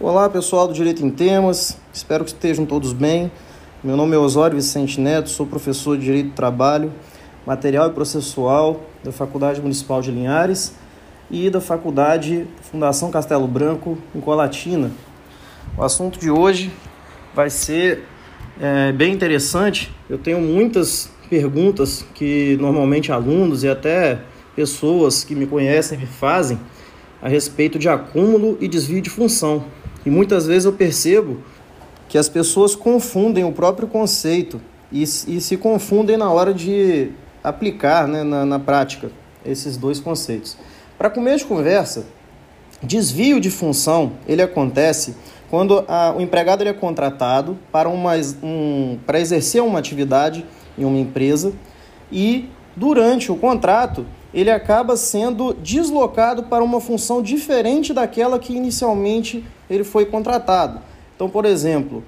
Olá pessoal do Direito em Temas, espero que estejam todos bem. Meu nome é Osório Vicente Neto, sou professor de Direito do Trabalho, Material e Processual da Faculdade Municipal de Linhares e da Faculdade Fundação Castelo Branco, em Colatina. O assunto de hoje vai ser bem interessante. Eu tenho muitas perguntas que normalmente alunos e até pessoas que me conhecem me fazem a respeito de acúmulo e desvio de função. E muitas vezes eu percebo que as pessoas confundem o próprio conceito e se confundem na hora de aplicar, na prática esses dois conceitos. Para começo de conversa, desvio de função ele acontece quando o empregado ele é contratado para exercer uma atividade em uma empresa e durante o contrato ele acaba sendo deslocado para uma função diferente daquela que inicialmente ele foi contratado. Então, por exemplo,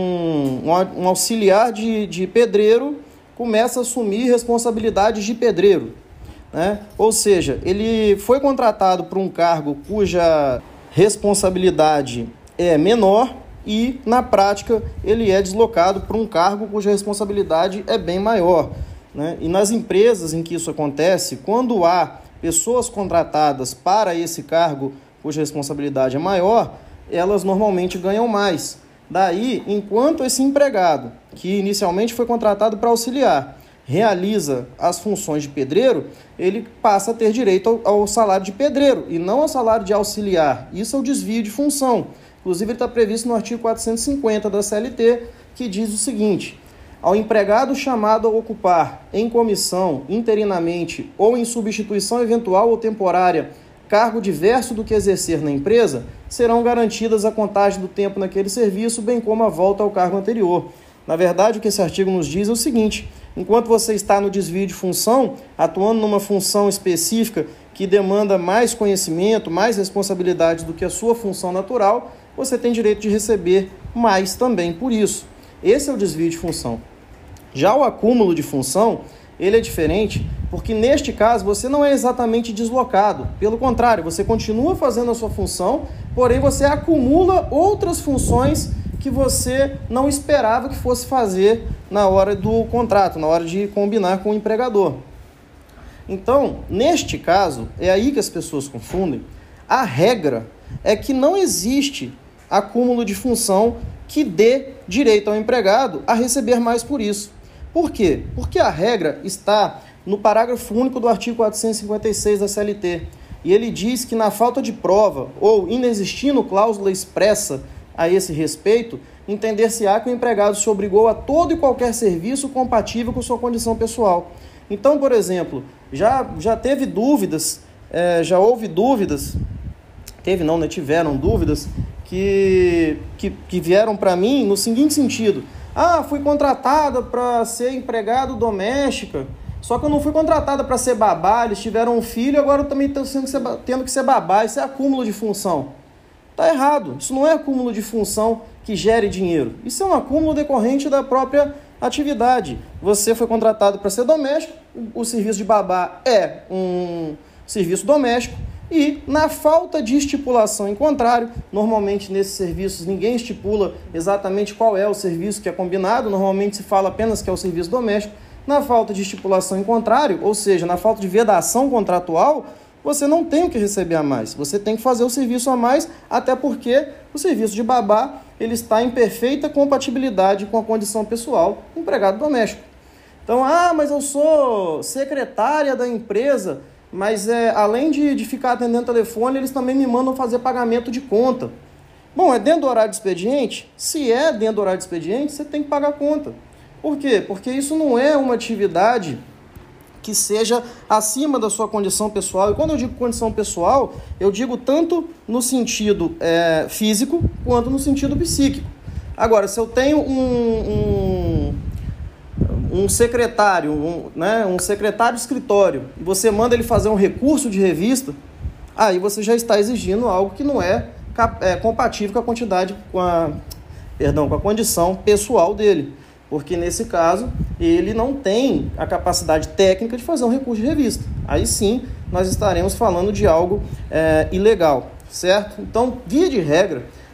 um auxiliar de pedreiro começa a assumir responsabilidades de pedreiro, né? Ou seja, ele foi contratado para um cargo cuja responsabilidade é menor e, na prática, ele é deslocado para um cargo cuja responsabilidade é bem maior, né? E nas empresas em que isso acontece, quando há pessoas contratadas para esse cargo cuja responsabilidade é maior, elas normalmente ganham mais. Daí, enquanto esse empregado, que inicialmente foi contratado para auxiliar, realiza as funções de pedreiro, ele passa a ter direito ao salário de pedreiro e não ao salário de auxiliar. Isso é o desvio de função. Inclusive, ele está previsto no artigo 450 da CLT, que diz o seguinte: ao empregado chamado a ocupar em comissão, interinamente ou em substituição eventual ou temporária, cargo diverso do que exercer na empresa, serão garantidas a contagem do tempo naquele serviço, bem como a volta ao cargo anterior. Na verdade, o que esse artigo nos diz é o seguinte: enquanto você está no desvio de função, atuando numa função específica que demanda mais conhecimento, mais responsabilidade do que a sua função natural, você tem direito de receber mais também por isso. Esse é o desvio de função. Já o acúmulo de função, ele é diferente, porque neste caso você não é exatamente deslocado. Pelo contrário, você continua fazendo a sua função, porém você acumula outras funções que você não esperava que fosse fazer na hora do contrato, na hora de combinar com o empregador. Então, neste caso, é aí que as pessoas confundem. A regra é que não existe acúmulo de função que dê direito ao empregado a receber mais por isso. Por quê? Porque a regra está no parágrafo único do artigo 456 da CLT. E ele diz que na falta de prova ou inexistindo cláusula expressa a esse respeito, entender-se-á que o empregado se obrigou a todo e qualquer serviço compatível com sua condição pessoal. Então, por exemplo, já teve dúvidas, tiveram dúvidas que vieram para mim no seguinte sentido: fui contratada para ser empregado doméstica, só que eu não fui contratada para ser babá, eles tiveram um filho, agora eu também estou tendo que ser babá. Isso é acúmulo de função. Está errado, isso não é acúmulo de função que gere dinheiro, isso é um acúmulo decorrente da própria atividade. Você foi contratado para ser doméstico, o serviço de babá é um serviço doméstico, e na falta de estipulação em contrário, normalmente nesses serviços ninguém estipula exatamente qual é o serviço que é combinado, normalmente se fala apenas que é o serviço doméstico. Na falta de estipulação em contrário, ou seja, na falta de vedação contratual, você não tem o que receber a mais, você tem que fazer o serviço a mais, até porque o serviço de babá ele está em perfeita compatibilidade com a condição pessoal do empregado doméstico. Então, mas eu sou secretária da empresa, mas além de ficar atendendo telefone, eles também me mandam fazer pagamento de conta. Bom, é dentro do horário de expediente? Se é dentro do horário de expediente, você tem que pagar a conta. Por quê? Porque isso não é uma atividade que seja acima da sua condição pessoal. E quando eu digo condição pessoal, eu digo tanto no sentido físico quanto no sentido psíquico. Agora, se eu tenho um secretário, um secretário de escritório, e você manda ele fazer um recurso de revista, aí você já está exigindo algo que não é compatível com a condição pessoal dele. Porque nesse caso, ele não tem a capacidade técnica de fazer um recurso de revista. Aí sim, nós estaremos falando de algo ilegal, certo? Então, via de regra,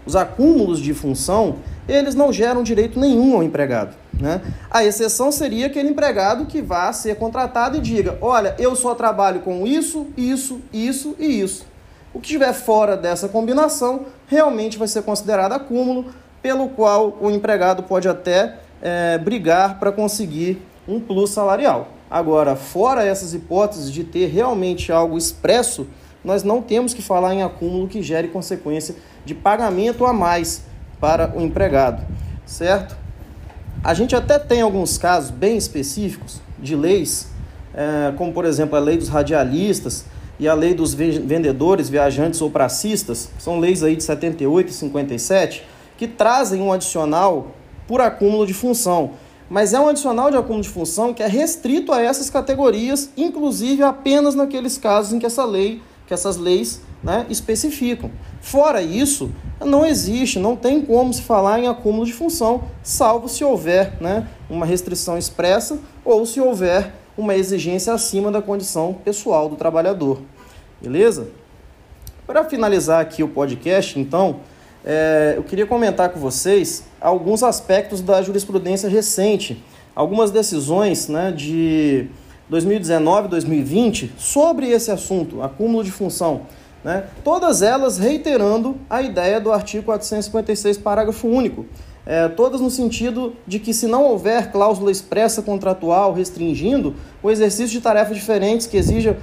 os acúmulos de função, eles não geram direito nenhum ao empregado, né? A exceção seria aquele empregado que vá ser contratado e diga, olha, eu só trabalho com isso, isso, isso e isso. O que estiver fora dessa combinação realmente vai ser considerado acúmulo, pelo qual o empregado pode até brigar para conseguir um plus salarial. Agora, fora essas hipóteses de ter realmente algo expresso, nós não temos que falar em acúmulo que gere consequência de pagamento a mais para o empregado, certo? A gente até tem alguns casos bem específicos de leis, como por exemplo a lei dos radialistas e a lei dos vendedores, viajantes ou pracistas, são leis aí de 78 e 57, que trazem um adicional por acúmulo de função. Mas é um adicional de acúmulo de função que é restrito a essas categorias, inclusive apenas naqueles casos em que essas leis, né, especificam. Fora isso, não existe, não tem como se falar em acúmulo de função, salvo se houver, né, uma restrição expressa ou se houver uma exigência acima da condição pessoal do trabalhador. Beleza? Para finalizar aqui o podcast, então, eu queria comentar com vocês alguns aspectos da jurisprudência recente, algumas decisões, né, de 2019 e 2020 sobre esse assunto, acúmulo de função, né, todas elas reiterando a ideia do artigo 456, parágrafo único, todas no sentido de que se não houver cláusula expressa contratual restringindo o exercício de tarefas diferentes que exijam,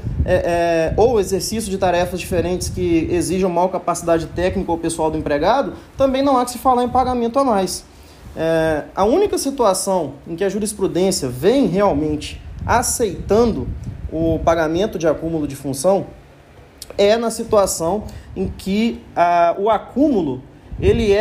ou exercício de tarefas diferentes que exijam maior capacidade técnica ou pessoal do empregado, também não há que se falar em pagamento a mais. A única situação em que a jurisprudência vem realmente aceitando o pagamento de acúmulo de função é na situação em que o acúmulo ele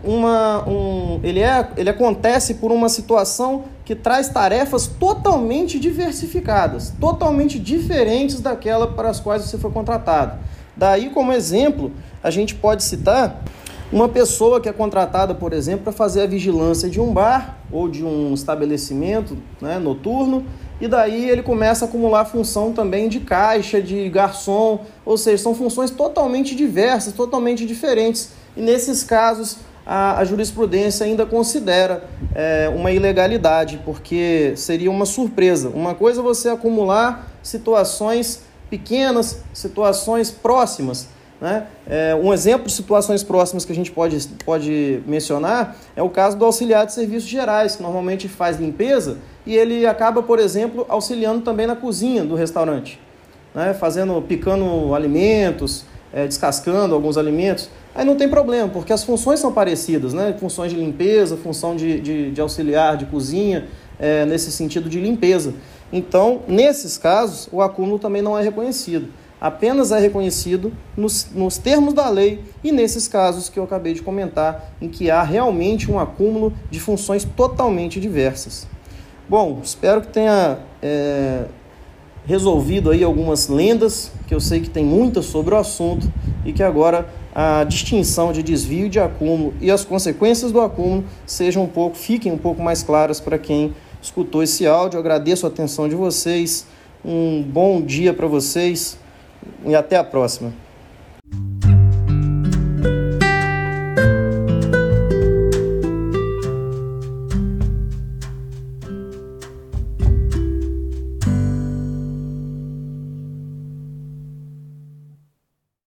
acontece por uma situação que traz tarefas totalmente diversificadas, totalmente diferentes daquela para as quais você foi contratado. Daí, como exemplo, a gente pode citar uma pessoa que é contratada, por exemplo, para fazer a vigilância de um bar ou de um estabelecimento, né, noturno, e daí ele começa a acumular função também de caixa, de garçom, ou seja, são funções totalmente diversas, totalmente diferentes. E nesses casos, a jurisprudência ainda considera uma ilegalidade, porque seria uma surpresa. Uma coisa é você acumular situações pequenas, situações próximas, né? Um exemplo de situações próximas que a gente pode mencionar é o caso do auxiliar de serviços gerais, que normalmente faz limpeza e ele acaba, por exemplo, auxiliando também na cozinha do restaurante, né? Picando alimentos, descascando alguns alimentos. Aí não tem problema, porque as funções são parecidas, né? Funções de limpeza, função de auxiliar de cozinha, nesse sentido de limpeza. Então, nesses casos, o acúmulo também não é reconhecido. Apenas é reconhecido nos termos da lei e nesses casos que eu acabei de comentar, em que há realmente um acúmulo de funções totalmente diversas. Bom, espero que tenha resolvido aí algumas lendas, que eu sei que tem muitas sobre o assunto, e que agora a distinção de desvio e de acúmulo e as consequências do acúmulo fiquem um pouco mais claras para quem escutou esse áudio. Eu agradeço a atenção de vocês, um bom dia para vocês e até a próxima.